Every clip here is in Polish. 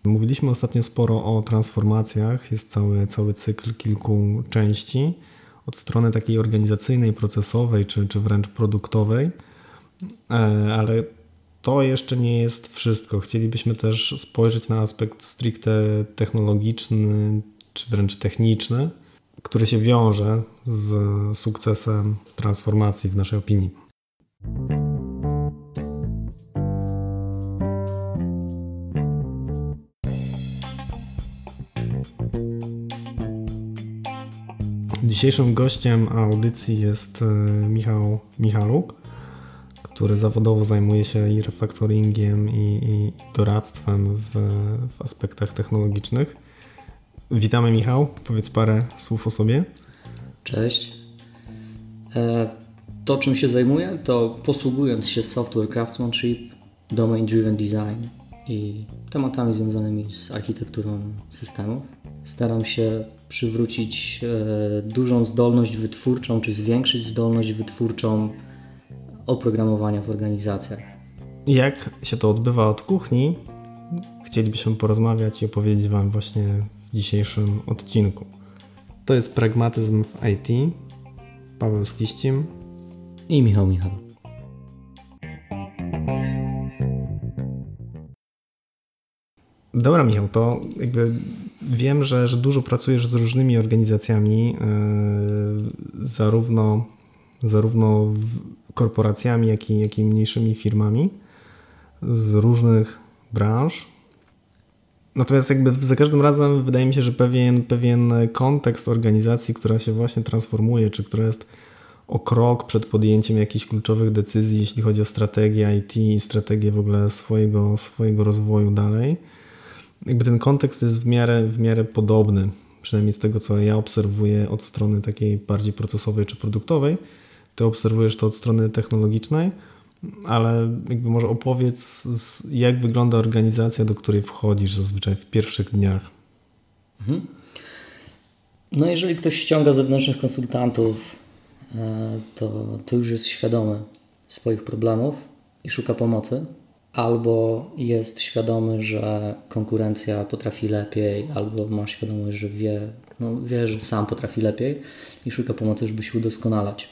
Mówiliśmy ostatnio sporo o transformacjach, jest cały cykl kilku części, od strony takiej organizacyjnej, procesowej czy wręcz produktowej, ale to jeszcze nie jest wszystko. Chcielibyśmy też spojrzeć na aspekt stricte technologiczny czy wręcz techniczny, który się wiąże z sukcesem transformacji w naszej opinii. Dzisiejszym gościem audycji jest Michał Michaluk, który zawodowo zajmuje się i refaktoringiem, i doradztwem w aspektach technologicznych. Witamy, Michał. Powiedz parę słów o sobie. Cześć. To, czym się zajmuję, to posługując się software craftsmanship, domain driven design i tematami związanymi z architekturą systemów, staram się przywrócić dużą zdolność wytwórczą, czy zwiększyć zdolność wytwórczą oprogramowania w organizacjach. Jak się to odbywa od kuchni, chcielibyśmy porozmawiać i opowiedzieć Wam właśnie w dzisiejszym odcinku. To jest Pragmatyzm w IT. Paweł Skiścim i Michał Michaluk. Dobra, Michał, to jakby wiem, że dużo pracujesz z różnymi organizacjami, zarówno korporacjami, jak i mniejszymi firmami z różnych branż. Natomiast jakby za każdym razem wydaje mi się, że pewien kontekst organizacji, która się właśnie transformuje, czy która jest o krok przed podjęciem jakichś kluczowych decyzji, jeśli chodzi o strategię IT i strategię w ogóle swojego rozwoju dalej, jakby ten kontekst jest w miarę podobny, przynajmniej z tego, co ja obserwuję od strony takiej bardziej procesowej czy produktowej. Ty obserwujesz to od strony technologicznej, ale jakby może opowiedz, jak wygląda organizacja, do której wchodzisz zazwyczaj w pierwszych dniach. No jeżeli ktoś ściąga zewnętrznych konsultantów, to już jest świadomy swoich problemów i szuka pomocy, albo jest świadomy, że konkurencja potrafi lepiej, albo ma świadomość, że wie, że sam potrafi lepiej i szuka pomocy, żeby się udoskonalać.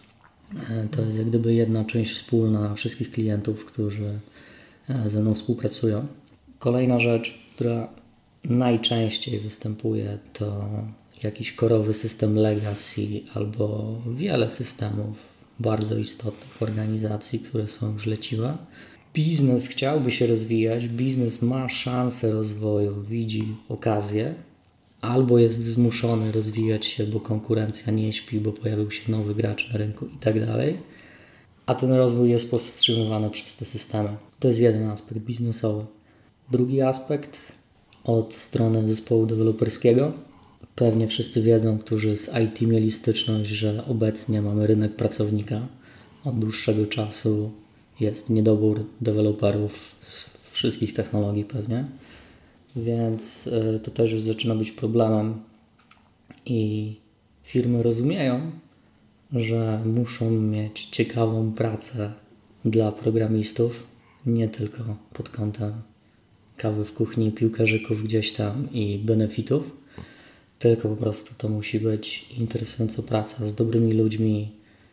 To jest jak gdyby jedna część wspólna wszystkich klientów, którzy ze mną współpracują. Kolejna rzecz, która najczęściej występuje, to jakiś korowy system legacy albo wiele systemów bardzo istotnych w organizacji, które są już leciwe. Biznes chciałby się rozwijać, biznes ma szansę rozwoju, widzi okazję, albo jest zmuszony rozwijać się, bo konkurencja nie śpi, bo pojawił się nowy gracz na rynku i tak dalej, a ten rozwój jest powstrzymywany przez te systemy. To jest jeden aspekt biznesowy. Drugi aspekt od strony zespołu deweloperskiego. Pewnie wszyscy wiedzą, którzy z IT mieli styczność, że obecnie mamy rynek pracownika. Od dłuższego czasu jest niedobór deweloperów z wszystkich technologii pewnie. Więc to też już zaczyna być problemem i firmy rozumieją, że muszą mieć ciekawą pracę dla programistów, nie tylko pod kątem kawy w kuchni, piłkarzyków gdzieś tam i benefitów, tylko po prostu to musi być interesująca praca z dobrymi ludźmi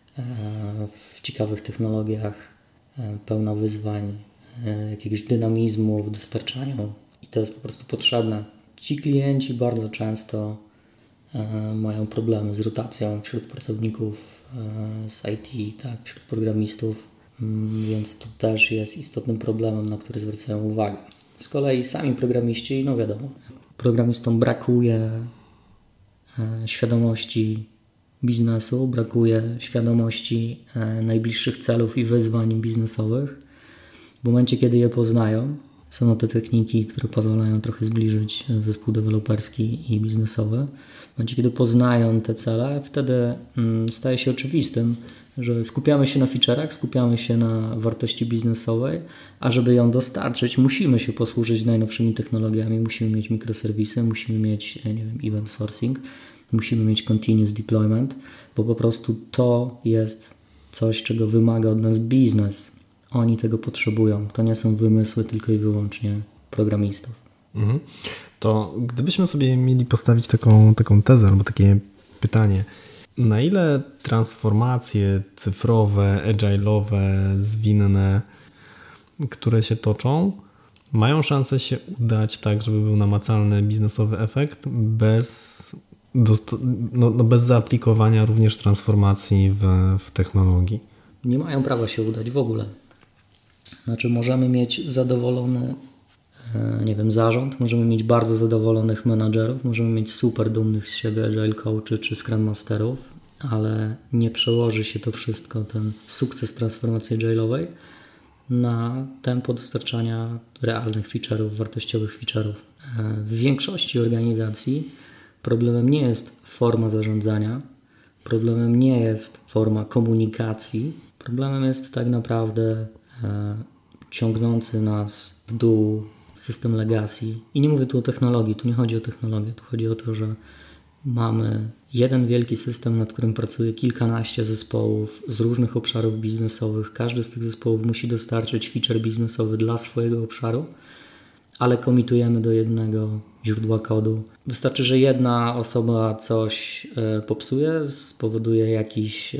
w ciekawych technologiach, pełna wyzwań, jakiegoś dynamizmu w dostarczaniu. I to jest po prostu potrzebne. Ci klienci bardzo często mają problemy z rotacją wśród pracowników z IT, tak, wśród programistów, więc to też jest istotnym problemem, na który zwracają uwagę. Z kolei sami programiści, no wiadomo, programistom brakuje świadomości biznesu, brakuje świadomości najbliższych celów i wyzwań biznesowych. W momencie, kiedy je poznają, są to te techniki, które pozwalają trochę zbliżyć zespół deweloperski i biznesowy. W momencie, kiedy poznają te cele, wtedy staje się oczywistym, że skupiamy się na feature'ach, skupiamy się na wartości biznesowej, a żeby ją dostarczyć, musimy się posłużyć najnowszymi technologiami, musimy mieć mikroserwisy, musimy mieć, event sourcing, musimy mieć continuous deployment, bo po prostu to jest coś, czego wymaga od nas biznes. Oni tego potrzebują. To nie są wymysły tylko i wyłącznie programistów. Mhm. To gdybyśmy sobie mieli postawić taką tezę albo takie pytanie, na ile transformacje cyfrowe, agile'owe, zwinne, które się toczą, mają szansę się udać tak, żeby był namacalny biznesowy efekt bez zaaplikowania również transformacji w technologii? Nie mają prawa się udać w ogóle. Znaczy możemy mieć zadowolony, zarząd, możemy mieć bardzo zadowolonych menadżerów, możemy mieć super dumnych z siebie agile coachy czy scrum masterów, ale nie przełoży się to wszystko, ten sukces transformacji agile'owej na tempo dostarczania realnych feature'ów, wartościowych feature'ów. W większości organizacji problemem nie jest forma zarządzania, problemem nie jest forma komunikacji, problemem jest tak naprawdę ciągnący nas w dół system legacy. I nie mówię tu o technologii, tu nie chodzi o technologię, tu chodzi o to, że mamy jeden wielki system, nad którym pracuje kilkanaście zespołów z różnych obszarów biznesowych. Każdy z tych zespołów musi dostarczyć feature biznesowy dla swojego obszaru, ale komitujemy do jednego źródła kodu. Wystarczy, że jedna osoba coś popsuje, spowoduje jakiś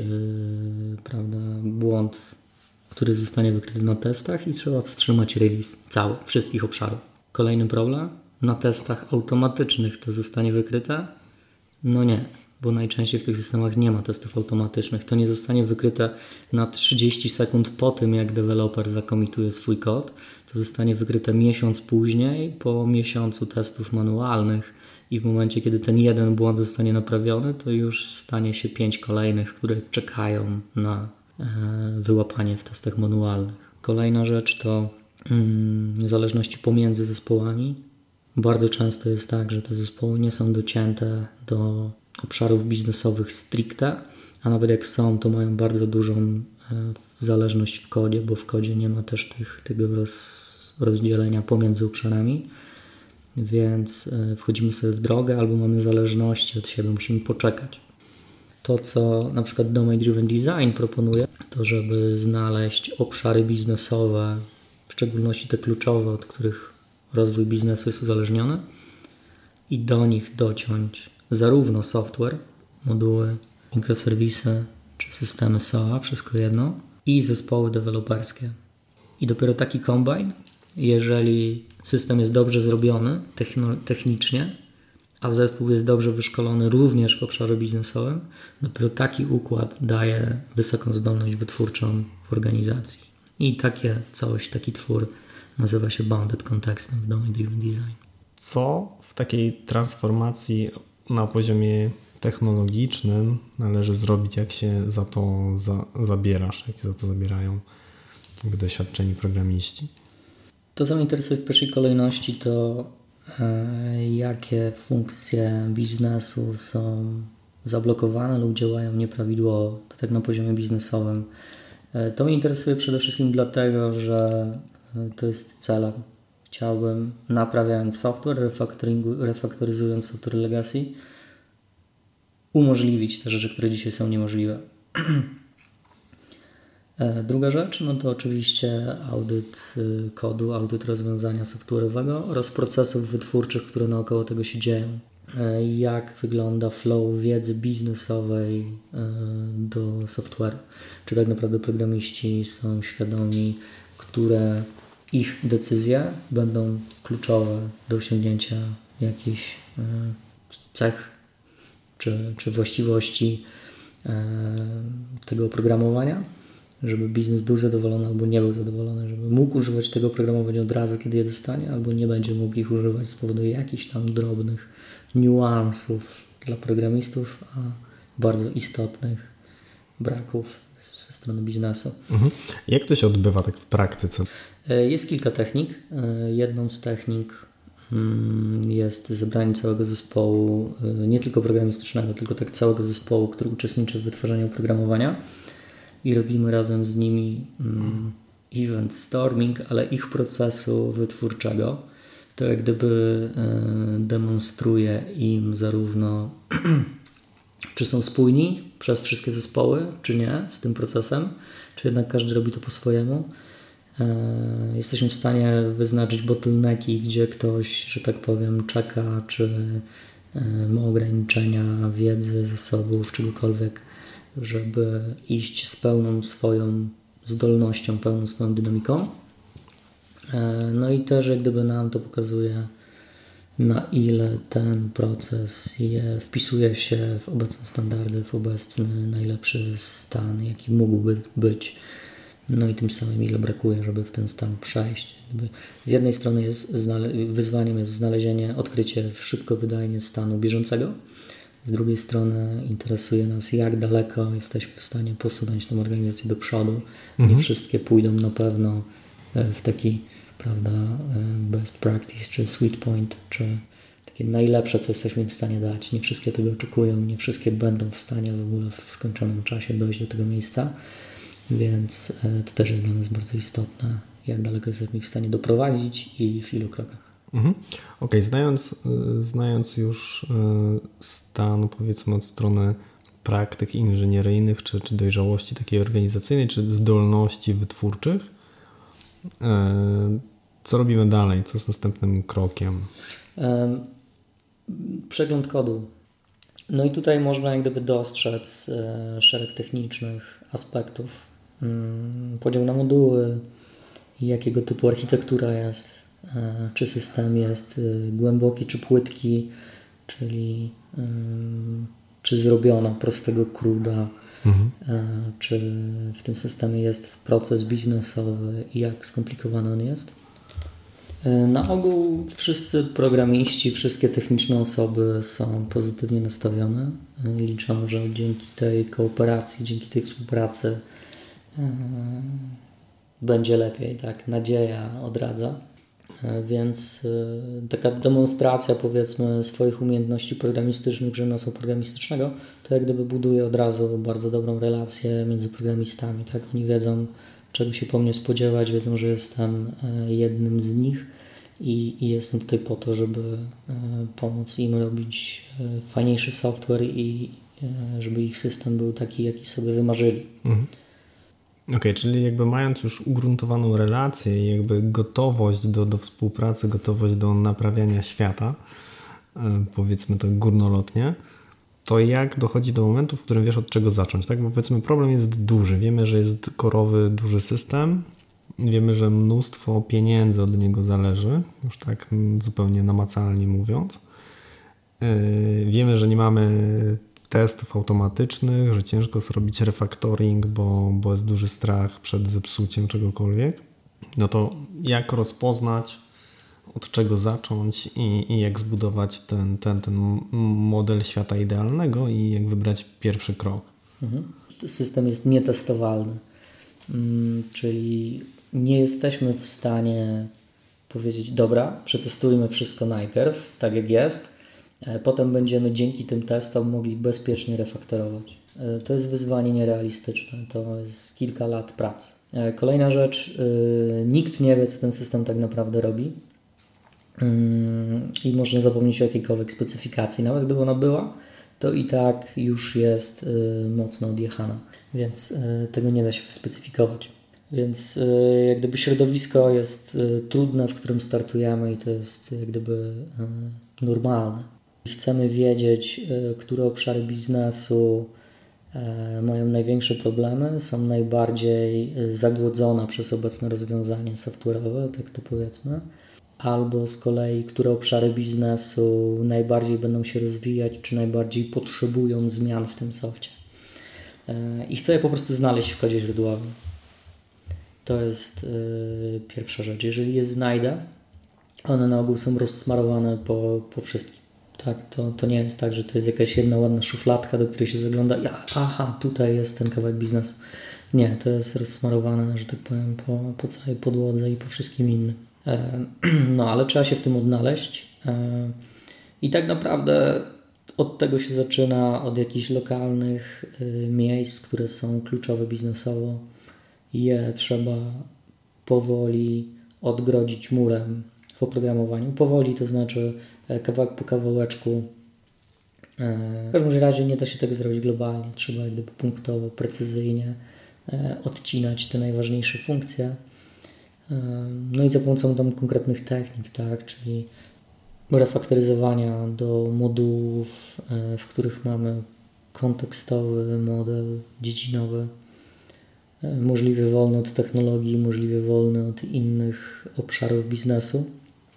błąd, który zostanie wykryty na testach i trzeba wstrzymać release wszystkich obszarów. Kolejny problem, na testach automatycznych to zostanie wykryte? No nie, bo najczęściej w tych systemach nie ma testów automatycznych. To nie zostanie wykryte na 30 sekund po tym, jak deweloper zakomituje swój kod. To zostanie wykryte miesiąc później, po miesiącu testów manualnych i w momencie, kiedy ten jeden błąd zostanie naprawiony, to już stanie się 5 kolejnych, które czekają na wyłapanie w testach manualnych. Kolejna rzecz to zależności pomiędzy zespołami. Bardzo często jest tak, że te zespoły nie są docięte do obszarów biznesowych stricte, a nawet jak są, to mają bardzo dużą zależność w kodzie, bo w kodzie nie ma też tego rozdzielenia pomiędzy obszarami, więc wchodzimy sobie w drogę albo mamy zależności od siebie, musimy poczekać. To, co na przykład Domain Driven Design proponuje, to żeby znaleźć obszary biznesowe, w szczególności te kluczowe, od których rozwój biznesu jest uzależniony i do nich dociąć zarówno software, moduły, mikroserwisy czy systemy SOA, wszystko jedno, i zespoły deweloperskie. I dopiero taki combine, jeżeli system jest dobrze zrobiony technicznie, a zespół jest dobrze wyszkolony również w obszarze biznesowym, dopiero taki układ daje wysoką zdolność wytwórczą w organizacji. I taki twór nazywa się Bounded Contextem w Domain Driven Design. Co w takiej transformacji na poziomie technologicznym należy zrobić, jak się za to zabierasz, jak się za to zabierają doświadczeni programiści? To, co mnie interesuje w pierwszej kolejności, to jakie funkcje biznesu są zablokowane lub działają nieprawidłowo, to tak na poziomie biznesowym. To mnie interesuje przede wszystkim dlatego, że to jest celem. Chciałbym, naprawiając software, refaktoryzując software legacy, umożliwić te rzeczy, które dzisiaj są niemożliwe. Druga rzecz, no to oczywiście audyt kodu, audyt rozwiązania software'owego oraz procesów wytwórczych, które naokoło tego się dzieją. Jak wygląda flow wiedzy biznesowej do software'u. Czy tak naprawdę programiści są świadomi, które ich decyzje będą kluczowe do osiągnięcia jakichś cech czy właściwości tego oprogramowania, żeby biznes był zadowolony albo nie był zadowolony, żeby mógł używać tego oprogramowania od razu, kiedy je dostanie, albo nie będzie mógł ich używać z powodu jakichś tam drobnych niuansów dla programistów, a bardzo istotnych braków ze strony biznesu. Mhm. Jak to się odbywa tak w praktyce? Jest kilka technik. Jedną z technik jest zebranie całego zespołu, nie tylko programistycznego, tylko tak całego zespołu, który uczestniczy w wytwarzaniu oprogramowania i robimy razem z nimi event storming, ale ich procesu wytwórczego. To jak gdyby demonstruje im zarówno czy są spójni przez wszystkie zespoły, czy nie z tym procesem, czy jednak każdy robi to po swojemu. Jesteśmy w stanie wyznaczyć bottlenecki, gdzie ktoś, że tak powiem, czeka, czy ma ograniczenia wiedzy, zasobów, czegokolwiek, żeby iść z pełną swoją zdolnością, pełną swoją dynamiką. No i też jak gdyby nam to pokazuje, na ile ten proces wpisuje się w obecne standardy, w obecny najlepszy stan, jaki mógłby być. No i tym samym ile brakuje, żeby w ten stan przejść. Z jednej strony wyzwaniem jest znalezienie, odkrycie szybko, wydajnie stanu bieżącego. Z drugiej strony interesuje nas, jak daleko jesteśmy w stanie posunąć tę organizację do przodu. Nie wszystkie pójdą na pewno w taki, prawda, best practice, czy sweet point, czy takie najlepsze, co jesteśmy w stanie dać. Nie wszystkie tego oczekują, nie wszystkie będą w stanie w ogóle w skończonym czasie dojść do tego miejsca. Więc to też jest dla nas bardzo istotne, jak daleko jesteśmy w stanie doprowadzić i w ilu krokach. Okej, znając już stan, powiedzmy, od strony praktyk inżynieryjnych, czy dojrzałości takiej organizacyjnej, czy zdolności wytwórczych, co robimy dalej? Co jest następnym krokiem? Przegląd kodu. No i tutaj można jak gdyby dostrzec szereg technicznych aspektów. Podział na moduły, jakiego typu architektura jest, czy system jest głęboki, czy płytki, czyli czy zrobiono prostego CRUD'a, czy w tym systemie jest proces biznesowy i jak skomplikowany on jest. Na ogół wszyscy programiści, wszystkie techniczne osoby są pozytywnie nastawione. Liczą, że dzięki tej kooperacji, dzięki tej współpracy będzie lepiej, tak, nadzieja odradza. Więc taka demonstracja, powiedzmy, swoich umiejętności programistycznych, rzemiosła programistycznego, to jak gdyby buduje od razu bardzo dobrą relację między programistami. Tak? Oni wiedzą, czego się po mnie spodziewać, wiedzą, że jestem jednym z nich i jestem tutaj po to, żeby pomóc im robić fajniejszy software i żeby ich system był taki, jaki sobie wymarzyli. Okej, czyli jakby mając już ugruntowaną relację i jakby gotowość do współpracy, gotowość do naprawiania świata, powiedzmy tak górnolotnie, to jak dochodzi do momentu, w którym wiesz, od czego zacząć, tak? Bo powiedzmy problem jest duży, wiemy, że jest korowy duży system, wiemy, że mnóstwo pieniędzy od niego zależy, już tak zupełnie namacalnie mówiąc. Wiemy, że nie mamy testów automatycznych, że ciężko zrobić refactoring, bo jest duży strach przed zepsuciem czegokolwiek. No to jak rozpoznać, od czego zacząć i jak zbudować ten model świata idealnego i jak wybrać pierwszy krok? System jest nietestowalny, czyli nie jesteśmy w stanie powiedzieć, dobra, przetestujmy wszystko najpierw, tak jak jest, potem będziemy dzięki tym testom mogli bezpiecznie refaktorować. To jest wyzwanie nierealistyczne, to jest kilka lat pracy. Kolejna rzecz, nikt nie wie, co ten system tak naprawdę robi i można zapomnieć o jakiejkolwiek specyfikacji. Nawet gdyby ona była, to i tak już jest mocno odjechana, więc tego nie da się wyspecyfikować. Więc jak gdyby środowisko jest trudne, w którym startujemy i to jest jak gdyby normalne. Chcemy wiedzieć, które obszary biznesu mają największe problemy, są najbardziej zagłodzone przez obecne rozwiązania software'owe, tak to powiedzmy, albo z kolei, które obszary biznesu najbardziej będą się rozwijać, czy najbardziej potrzebują zmian w tym softie. I chcę je po prostu znaleźć w kodzie źródłowym. To jest pierwsza rzecz. Jeżeli je znajdę, one na ogół są rozsmarowane po wszystkim. Tak, to nie jest tak, że to jest jakaś jedna ładna szufladka, do której się zagląda i aha, tutaj jest ten kawałek biznesu. Nie, to jest rozsmarowane, że tak powiem, po całej podłodze i po wszystkim innym. No, ale trzeba się w tym odnaleźć i tak naprawdę od tego się zaczyna, od jakichś lokalnych miejsc, które są kluczowe biznesowo. Je trzeba powoli odgrodzić murem w oprogramowaniu. Powoli to znaczy kawałek po kawałeczku. W każdym razie nie da się tego zrobić globalnie. Trzeba jak gdyby punktowo, precyzyjnie odcinać te najważniejsze funkcje No i za pomocą tam konkretnych technik, tak, czyli refaktoryzowania do modułów, w których mamy kontekstowy model dziedzinowy, możliwie wolny od technologii, możliwie wolny od innych obszarów biznesu,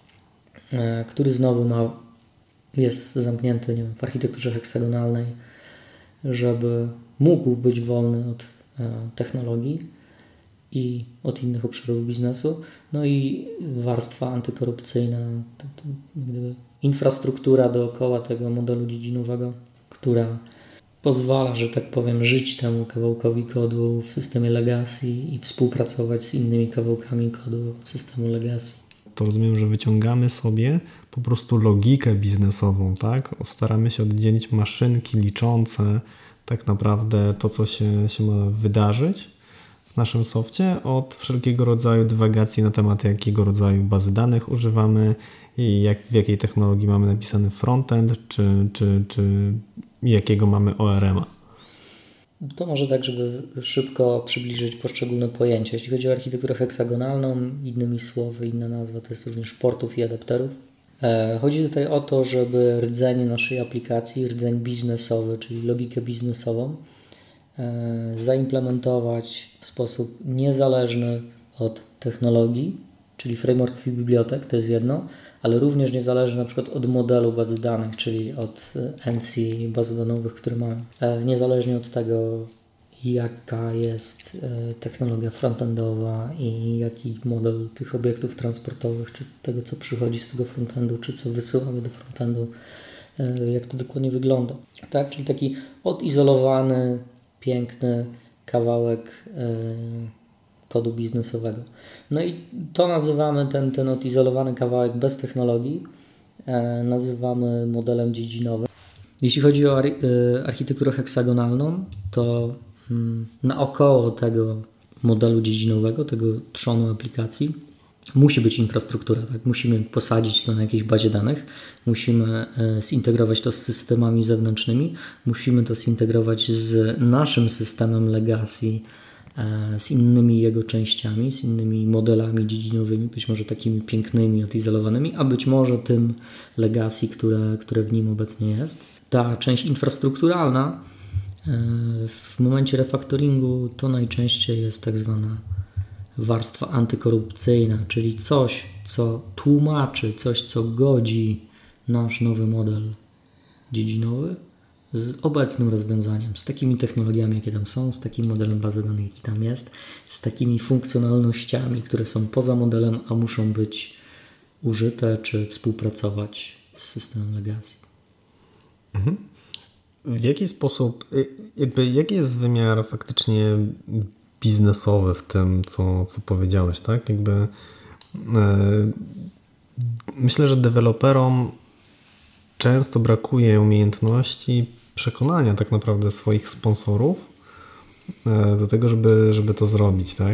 który znowu jest zamknięty, nie wiem, w architekturze heksagonalnej, żeby mógł być wolny od technologii i od innych obszarów biznesu. No i warstwa antykorupcyjna, gdyby infrastruktura dookoła tego modelu dziedzinowego, która pozwala, że tak powiem, żyć temu kawałkowi kodu w systemie legacy i współpracować z innymi kawałkami kodu systemu legacy. To rozumiem, że wyciągamy sobie po prostu logikę biznesową, tak? Staramy się oddzielić maszynki liczące tak naprawdę to, co się ma wydarzyć w naszym softie, od wszelkiego rodzaju dywagacji na temat, jakiego rodzaju bazy danych używamy i w jakiej technologii mamy napisany frontend, czy jakiego mamy ORM-a. To może tak, żeby szybko przybliżyć poszczególne pojęcia. Jeśli chodzi o architekturę heksagonalną, innymi słowy, inna nazwa to jest również portów i adapterów. Chodzi tutaj o to, żeby rdzenie naszej aplikacji, rdzeń biznesowy, czyli logikę biznesową, zaimplementować w sposób niezależny od technologii, czyli frameworków i bibliotek, to jest jedno, ale również niezależny na przykład od modelu bazy danych, czyli od NC baz danowych, które mamy. Niezależnie od tego, jaka jest technologia frontendowa i jaki model tych obiektów transportowych, czy tego, co przychodzi z tego frontendu, czy co wysyłamy do frontendu, jak to dokładnie wygląda. Tak? Czyli taki odizolowany, piękny kawałek kodu biznesowego. No i to nazywamy ten odizolowany kawałek bez technologii, nazywamy modelem dziedzinowym. Jeśli chodzi o architekturę heksagonalną, to naokoło tego modelu dziedzinowego, tego trzonu aplikacji, musi być infrastruktura. Tak? Musimy posadzić to na jakiejś bazie danych, musimy zintegrować to z systemami zewnętrznymi, musimy to zintegrować z naszym systemem legacy, z innymi jego częściami, z innymi modelami dziedzinowymi, być może takimi pięknymi, odizolowanymi, a być może tym legacy, które w nim obecnie jest. Ta część infrastrukturalna w momencie refaktoringu to najczęściej jest tak zwana warstwa antykorupcyjna, czyli coś, co tłumaczy, coś, co godzi nasz nowy model dziedzinowy z obecnym rozwiązaniem, z takimi technologiami, jakie tam są, z takim modelem bazy danych, jaki tam jest, z takimi funkcjonalnościami, które są poza modelem, a muszą być użyte czy współpracować z systemem legacy. Mhm. W jaki sposób, jaki jest wymiar faktycznie biznesowy w tym, co powiedziałeś, tak? Myślę, że deweloperom często brakuje umiejętności przekonania tak naprawdę swoich sponsorów do tego, żeby to zrobić, tak?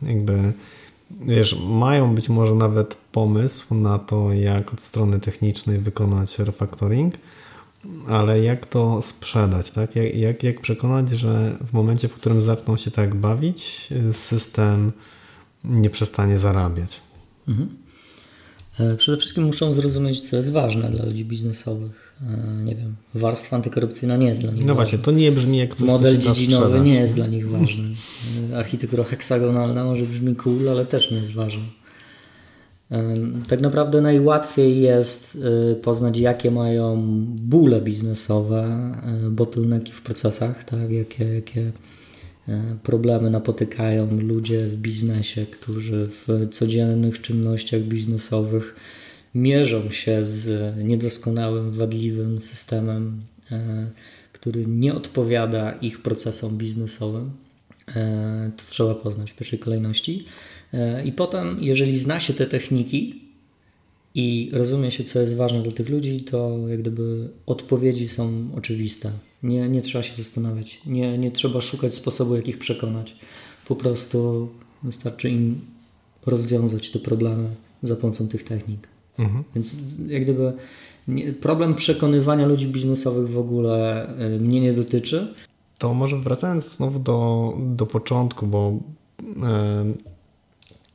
Mają być może nawet pomysł na to, jak od strony technicznej wykonać refactoring, ale jak to sprzedać, tak? Jak przekonać, że w momencie, w którym zaczną się tak bawić, system nie przestanie zarabiać? Mhm. Przede wszystkim muszą zrozumieć, co jest ważne dla ludzi biznesowych. Nie wiem, warstwa antykorupcyjna nie jest dla nich ważna. No właśnie, to nie brzmi jak coś, model co się da dziedzinowy sprzedać. nie jest dla nich ważny. Architektura heksagonalna może brzmi cool, ale też nie jest ważna. Tak naprawdę najłatwiej jest poznać, jakie mają bóle biznesowe, bottlenecki w procesach, tak? Jakie problemy napotykają ludzie w biznesie, którzy w codziennych czynnościach biznesowych mierzą się z niedoskonałym, wadliwym systemem, który nie odpowiada ich procesom biznesowym. To trzeba poznać w pierwszej kolejności. I potem, jeżeli zna się te techniki i rozumie się, co jest ważne dla tych ludzi, to jak gdyby odpowiedzi są oczywiste. Nie trzeba się zastanawiać. Nie trzeba szukać sposobu, jak ich przekonać. Po prostu wystarczy im rozwiązać te problemy za pomocą tych technik. Mhm. Więc jak gdyby problem przekonywania ludzi biznesowych w ogóle mnie nie dotyczy. To może wracając znowu do początku, bo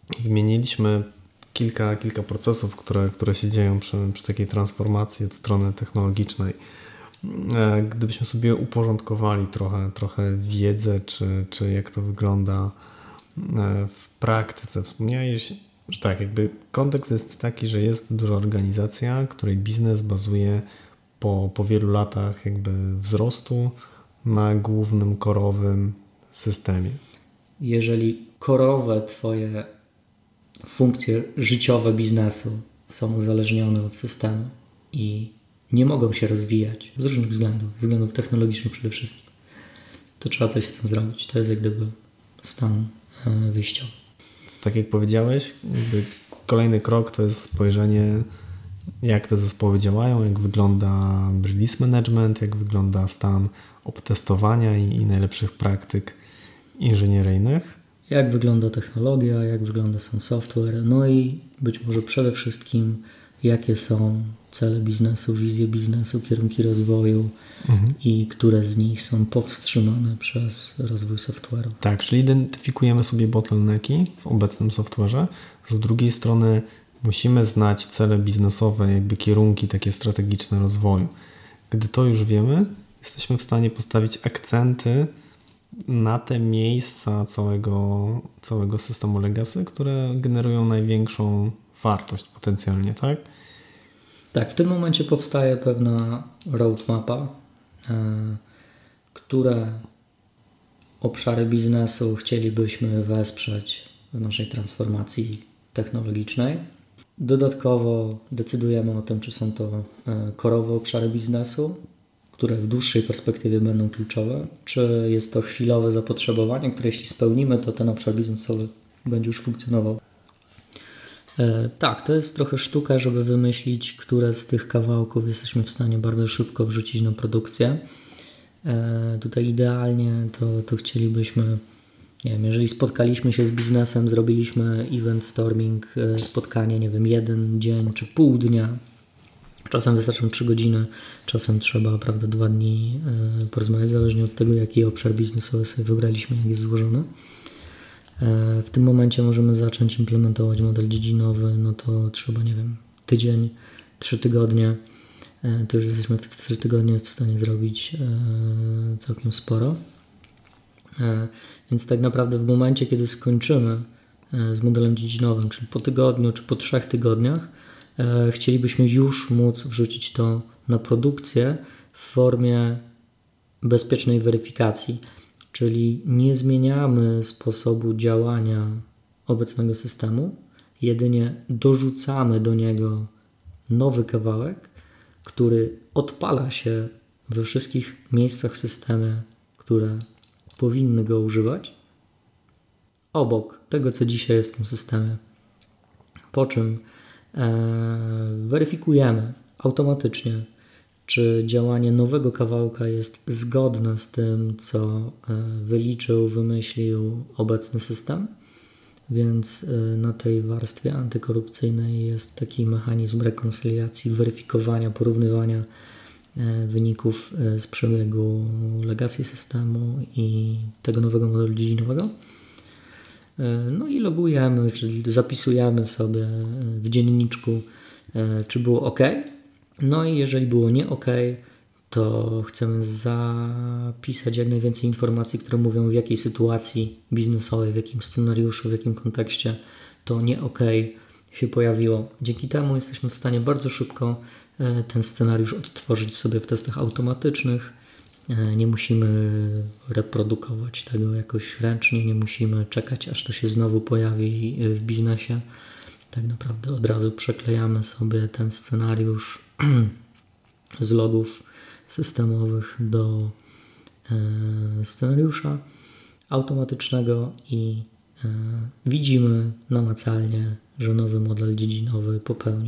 Wymieniliśmy kilka procesów, które się dzieją przy takiej transformacji od strony technologicznej. Gdybyśmy sobie uporządkowali trochę wiedzę, czy jak to wygląda w praktyce. Wspomniałeś, że tak, jakby kontekst jest taki, że jest duża organizacja, której biznes bazuje po wielu latach jakby wzrostu na głównym korowym systemie. Jeżeli korowe Twoje funkcje życiowe biznesu są uzależnione od systemu i nie mogą się rozwijać z różnych względów technologicznych przede wszystkim, to trzeba coś z tym zrobić. To jest jak gdyby stan wyjściowy. Tak jak powiedziałeś, jakby kolejny krok to jest spojrzenie, jak te zespoły działają, jak wygląda release management, jak wygląda stan obtestowania i najlepszych praktyk inżynieryjnych. Jak wygląda technologia, jak wygląda sam software, no i być może przede wszystkim jakie są cele biznesu, wizje biznesu, kierunki rozwoju i które z nich są powstrzymane przez rozwój software'u. Tak, czyli identyfikujemy sobie bottlenecki w obecnym software'ze. Z drugiej strony musimy znać cele biznesowe, jakby kierunki takie strategiczne rozwoju. Gdy to już wiemy, jesteśmy w stanie postawić akcenty na te miejsca całego systemu legacy, które generują największą wartość potencjalnie, tak? Tak, w tym momencie powstaje pewna roadmapa, które obszary biznesu chcielibyśmy wesprzeć w naszej transformacji technologicznej. Dodatkowo decydujemy o tym, czy są to korowe obszary biznesu, które w dłuższej perspektywie będą kluczowe, czy jest to chwilowe zapotrzebowanie, które jeśli spełnimy, to ten obszar biznesowy będzie już funkcjonował. Tak, to jest trochę sztuka, żeby wymyślić, które z tych kawałków jesteśmy w stanie bardzo szybko wrzucić na produkcję. Tutaj idealnie to chcielibyśmy, nie wiem, jeżeli spotkaliśmy się z biznesem, zrobiliśmy event storming, spotkanie, nie wiem, 1 dzień czy pół dnia, czasem wystarczą 3 godziny, czasem trzeba, prawda, 2 dni porozmawiać, zależnie od tego, jaki obszar biznesowy sobie wybraliśmy, jak jest złożony. W tym momencie możemy zacząć implementować model dziedzinowy, no to trzeba, nie wiem, tydzień, 3 tygodnie, to już jesteśmy w 3 tygodnie w stanie zrobić całkiem sporo. Więc tak naprawdę w momencie, kiedy skończymy z modelem dziedzinowym, czyli po tygodniu czy po 3 tygodniach, chcielibyśmy już móc wrzucić to na produkcję w formie bezpiecznej weryfikacji, czyli nie zmieniamy sposobu działania obecnego systemu, jedynie dorzucamy do niego nowy kawałek, który odpala się we wszystkich miejscach w systemie, które powinny go używać, obok tego, co dzisiaj jest w tym systemie. Po czym weryfikujemy automatycznie, czy działanie nowego kawałka jest zgodne z tym, co wyliczył, wymyślił obecny system. Więc na tej warstwie antykorupcyjnej jest taki mechanizm rekonsyliacji, weryfikowania, porównywania wyników z przebiegu legacy systemu i tego nowego modelu dziedzinowego. No i logujemy, czyli zapisujemy sobie w dzienniczku, czy było OK. No i jeżeli było nie OK, to chcemy zapisać jak najwięcej informacji, które mówią, w jakiej sytuacji biznesowej, w jakim scenariuszu, w jakim kontekście to nie OK się pojawiło. Dzięki temu jesteśmy w stanie bardzo szybko ten scenariusz odtworzyć sobie w testach automatycznych. Nie musimy reprodukować tego jakoś ręcznie, nie musimy czekać, aż to się znowu pojawi w biznesie. Tak naprawdę od razu przeklejamy sobie ten scenariusz z logów systemowych do scenariusza automatycznego i widzimy namacalnie, że nowy model dziedzinowy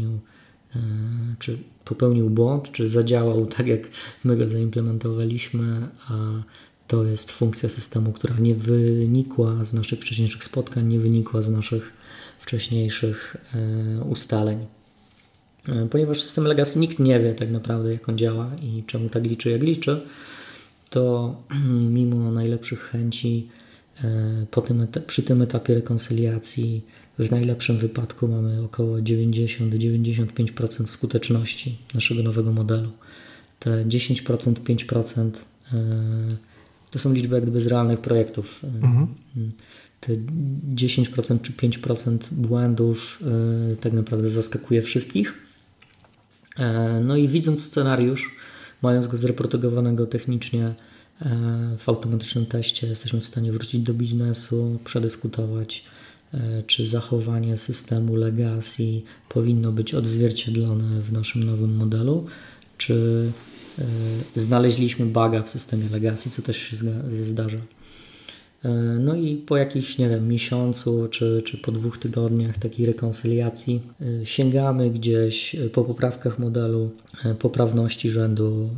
popełnił błąd, czy zadziałał tak, jak my go zaimplementowaliśmy, a to jest funkcja systemu, która nie wynikła z naszych wcześniejszych spotkań, nie wynikła z naszych wcześniejszych ustaleń. Ponieważ system legacy nikt nie wie tak naprawdę, jak on działa i czemu tak liczy, jak liczy, to mimo najlepszych chęci przy tym etapie rekonsyliacji w najlepszym wypadku mamy około 90-95% skuteczności naszego nowego modelu. Te 10%, 5% to są liczby jak gdyby z realnych projektów. Te 10% czy 5% błędów tak naprawdę zaskakuje wszystkich. No i widząc scenariusz, mając go zreprodukowanego technicznie w automatycznym teście, jesteśmy w stanie wrócić do biznesu, przedyskutować, czy zachowanie systemu legacy powinno być odzwierciedlone w naszym nowym modelu, czy znaleźliśmy buga w systemie legacy, co też się zdarza. No i po jakichś, nie wiem, miesiącu czy po 2 tygodniach takiej rekonsyliacji sięgamy gdzieś po poprawkach modelu poprawności rzędu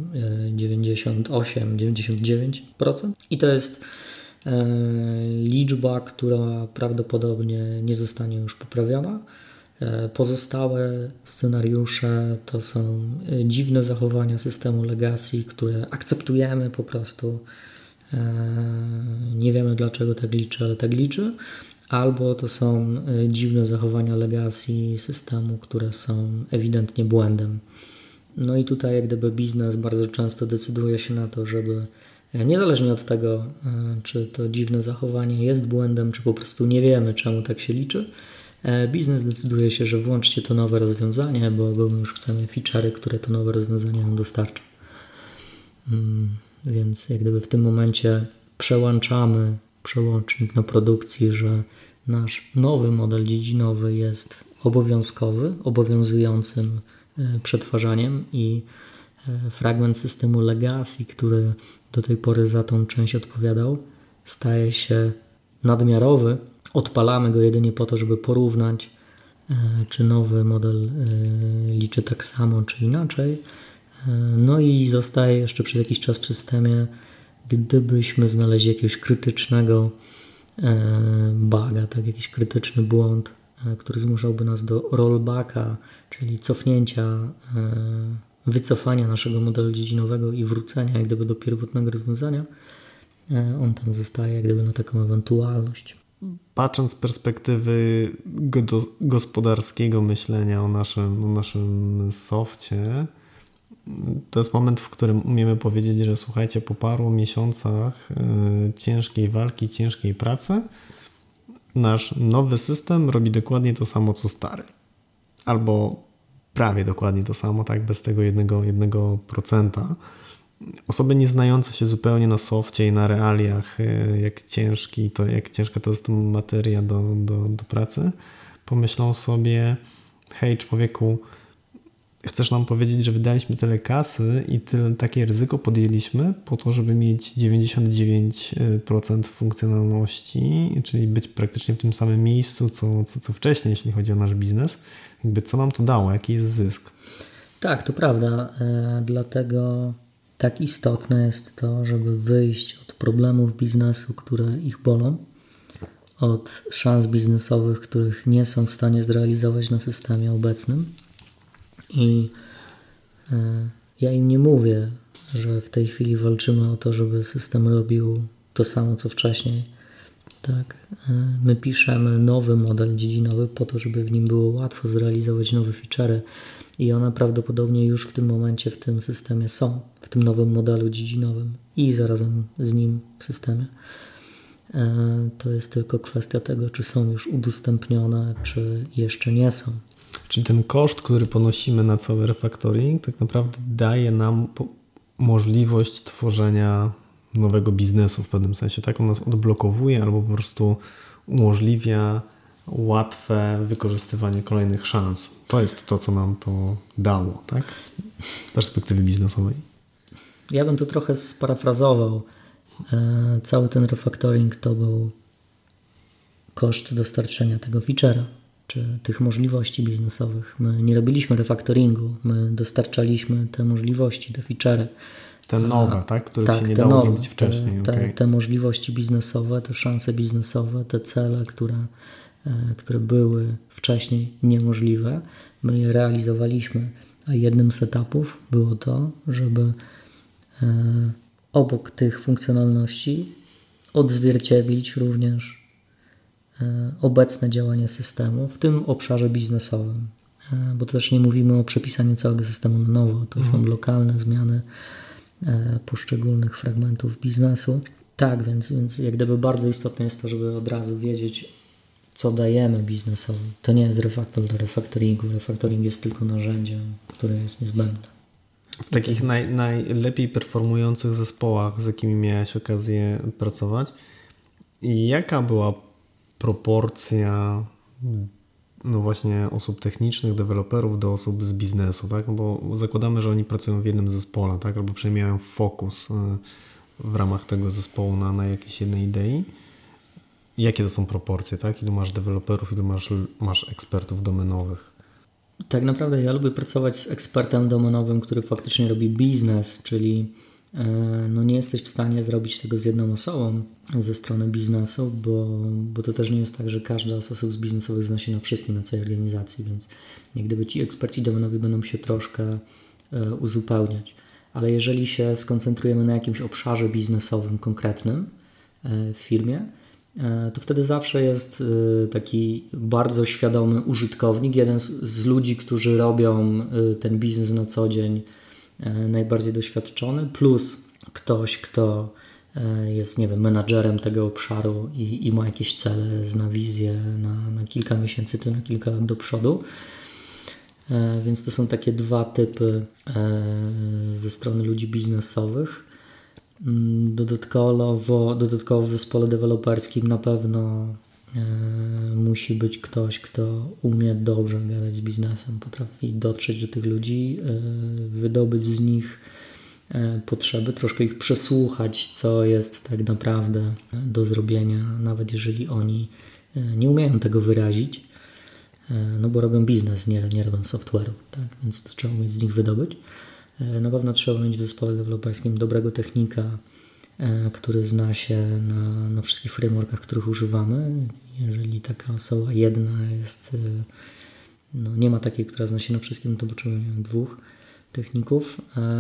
98-99%. I to jest liczba, która prawdopodobnie nie zostanie już poprawiona. Pozostałe scenariusze to są dziwne zachowania systemu legacy, które akceptujemy po prostu. Nie wiemy dlaczego tak liczy, ale tak liczy. Albo to są dziwne zachowania legacy systemu, które są ewidentnie błędem. No i tutaj jak gdyby biznes bardzo często decyduje się na to, żeby niezależnie od tego, czy to dziwne zachowanie jest błędem, czy po prostu nie wiemy, czemu tak się liczy, biznes decyduje się, że włączcie to nowe rozwiązanie, bo my już chcemy feature'y, które to nowe rozwiązanie nam dostarcza. Więc jak gdyby w tym momencie przełączamy przełącznik na produkcji, że nasz nowy model dziedzinowy jest obowiązkowy, obowiązującym przetwarzaniem i fragment systemu legacy, który do tej pory za tą część odpowiadał, staje się nadmiarowy. Odpalamy go jedynie po to, żeby porównać, czy nowy model liczy tak samo, czy inaczej. No i zostaje jeszcze przez jakiś czas w systemie, gdybyśmy znaleźli jakiegoś krytycznego buga, tak, jakiś krytyczny błąd, który zmuszałby nas do rollbacka, czyli cofnięcia, wycofania naszego modelu dziedzinowego i wrócenia jak gdyby do pierwotnego rozwiązania. On tam zostaje jak gdyby na taką ewentualność. Patrząc z perspektywy gospodarskiego myślenia o naszym softie, to jest moment, w którym umiemy powiedzieć, że słuchajcie, po paru miesiącach ciężkiej walki, ciężkiej pracy, nasz nowy system robi dokładnie to samo, co stary. Albo prawie dokładnie to samo, tak, bez tego 1%. Osoby nie znające się zupełnie na softie i na realiach, jak ciężka to jest materia do pracy, pomyślą sobie, hej człowieku, chcesz nam powiedzieć, że wydaliśmy tyle kasy i takie ryzyko podjęliśmy po to, żeby mieć 99% funkcjonalności, czyli być praktycznie w tym samym miejscu, co wcześniej, jeśli chodzi o nasz biznes. Jakby co nam to dało? Jaki jest zysk? Tak, to prawda. Dlatego tak istotne jest to, żeby wyjść od problemów biznesu, które ich bolą, od szans biznesowych, których nie są w stanie zrealizować na systemie obecnym. I ja im nie mówię, że w tej chwili walczymy o to, żeby system robił to samo, co wcześniej. Tak. My piszemy nowy model dziedzinowy po to, żeby w nim było łatwo zrealizować nowe feature'y i one prawdopodobnie już w tym momencie w tym systemie są, w tym nowym modelu dziedzinowym i zarazem z nim w systemie. To jest tylko kwestia tego, czy są już udostępnione, czy jeszcze nie są. Czyli ten koszt, który ponosimy na cały refactoring, tak naprawdę daje nam możliwość tworzenia nowego biznesu w pewnym sensie. Tak, on nas odblokowuje albo po prostu umożliwia łatwe wykorzystywanie kolejnych szans. To jest to, co nam to dało, tak? Z perspektywy biznesowej. Ja bym to trochę sparafrazował. Cały ten refactoring to był koszt dostarczenia tego feature'a, czy tych możliwości biznesowych. My nie robiliśmy refactoringu, my dostarczaliśmy te możliwości, te feature'y. Te nowe, tak? Których się nie dało zrobić wcześniej. Te możliwości biznesowe, te szanse biznesowe, te cele, które były wcześniej niemożliwe, my je realizowaliśmy. A jednym z etapów było to, żeby obok tych funkcjonalności odzwierciedlić również obecne działanie systemu w tym obszarze biznesowym. Bo też nie mówimy o przepisaniu całego systemu na nowo. To są lokalne zmiany poszczególnych fragmentów biznesu. Tak, więc jak gdyby bardzo istotne jest to, żeby od razu wiedzieć, co dajemy biznesowi. To nie jest refaktor do refaktoringu. Refaktoring jest tylko narzędziem, które jest niezbędne. W takich najlepiej performujących zespołach, z jakimi miałeś okazję pracować, jaka była proporcja właśnie osób technicznych, deweloperów do osób z biznesu, tak? Bo zakładamy, że oni pracują w jednym zespole, tak? Albo przynajmniej mają fokus w ramach tego zespołu na jakiejś jednej idei. Jakie to są proporcje, tak? Ilu masz deweloperów, ilu masz ekspertów domenowych? Tak naprawdę ja lubię pracować z ekspertem domenowym, który faktycznie robi biznes, czyli nie jesteś w stanie zrobić tego z jedną osobą ze strony biznesu, bo to też nie jest tak, że każda z osób biznesowych zna się na wszystkim, na całej organizacji, więc jak gdyby ci eksperci domenowi będą się troszkę uzupełniać. Ale jeżeli się skoncentrujemy na jakimś obszarze biznesowym konkretnym w firmie, to wtedy zawsze jest taki bardzo świadomy użytkownik, jeden z ludzi, którzy robią ten biznes na co dzień, najbardziej doświadczony, plus ktoś, kto jest, nie wiem, menadżerem tego obszaru i ma jakieś cele, zna wizję na kilka miesięcy czy na kilka lat do przodu. Więc to są takie dwa typy ze strony ludzi biznesowych. Dodatkowo w zespole deweloperskim na pewno musi być ktoś, kto umie dobrze gadać z biznesem, potrafi dotrzeć do tych ludzi, wydobyć z nich potrzeby, troszkę ich przesłuchać, co jest tak naprawdę do zrobienia, nawet jeżeli oni nie umieją tego wyrazić, bo robią biznes, nie robią software'u, tak? Więc to trzeba umieć z nich wydobyć. Na pewno trzeba mieć w zespole deweloperskim dobrego technika, który zna się na wszystkich frameworkach, których używamy. Jeżeli taka osoba jedna jest, nie ma takiej, która zna się na wszystkim, to potrzebujemy dwóch techników.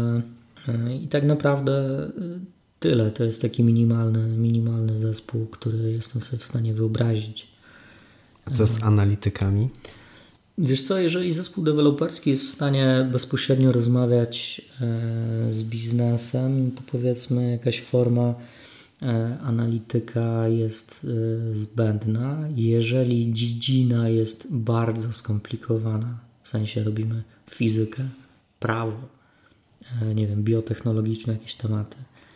I tak naprawdę tyle. To jest taki minimalny zespół, który jestem sobie w stanie wyobrazić. Co z analitykami? Wiesz co, jeżeli zespół deweloperski jest w stanie bezpośrednio rozmawiać z biznesem, to powiedzmy jakaś forma analityka jest zbędna. Jeżeli dziedzina jest bardzo skomplikowana, w sensie robimy fizykę, prawo, biotechnologiczne jakieś tematy,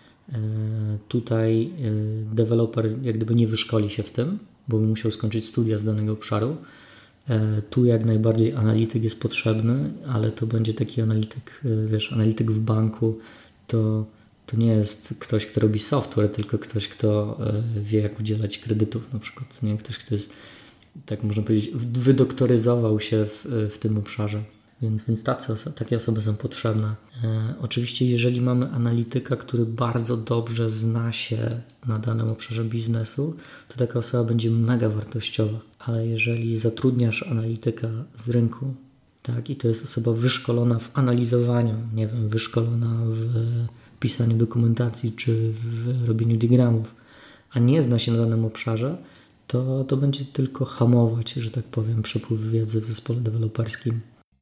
tutaj deweloper jak gdyby nie wyszkoli się w tym, bo by musiał skończyć studia z danego obszaru. Tu jak najbardziej analityk jest potrzebny, ale to będzie taki analityk w banku to nie jest ktoś, kto robi software, tylko ktoś, kto wie, jak udzielać kredytów na przykład, co nie? Ktoś, kto jest, tak można powiedzieć, wydoktoryzował się w tym obszarze. Więc takie osoby są potrzebne. Oczywiście, jeżeli mamy analityka, który bardzo dobrze zna się na danym obszarze biznesu, to taka osoba będzie mega wartościowa. Ale jeżeli zatrudniasz analityka z rynku, tak, i to jest osoba wyszkolona w analizowaniu, wyszkolona w pisaniu dokumentacji czy w robieniu diagramów, a nie zna się na danym obszarze, to będzie tylko hamować, że tak powiem, przepływ wiedzy w zespole deweloperskim.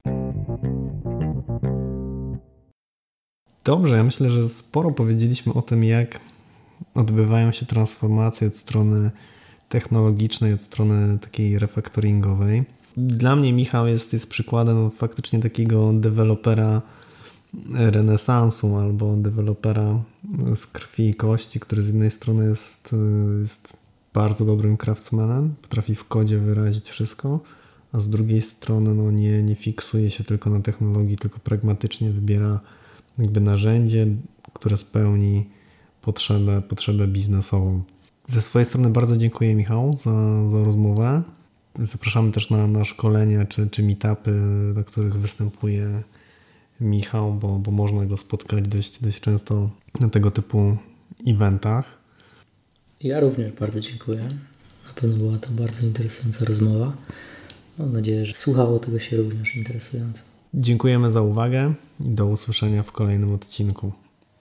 Dobrze, ja myślę, że sporo powiedzieliśmy o tym, jak odbywają się transformacje od strony technologicznej, od strony takiej refaktoringowej. Dla mnie Michał jest przykładem faktycznie takiego dewelopera renesansu albo dewelopera z krwi i kości, który z jednej strony jest bardzo dobrym craftsmanem, potrafi w kodzie wyrazić wszystko, a z drugiej strony nie fiksuje się tylko na technologii, tylko pragmatycznie wybiera jakby narzędzie, które spełni potrzebę biznesową. Ze swojej strony bardzo dziękuję, Michał, za rozmowę. Zapraszamy też na szkolenia czy meetupy, na których występuje Michał, bo można go spotkać dość często na tego typu eventach. Ja również bardzo dziękuję. Na pewno była to bardzo interesująca rozmowa. Mam nadzieję, że słuchało tego się również interesująco. Dziękujemy za uwagę i do usłyszenia w kolejnym odcinku.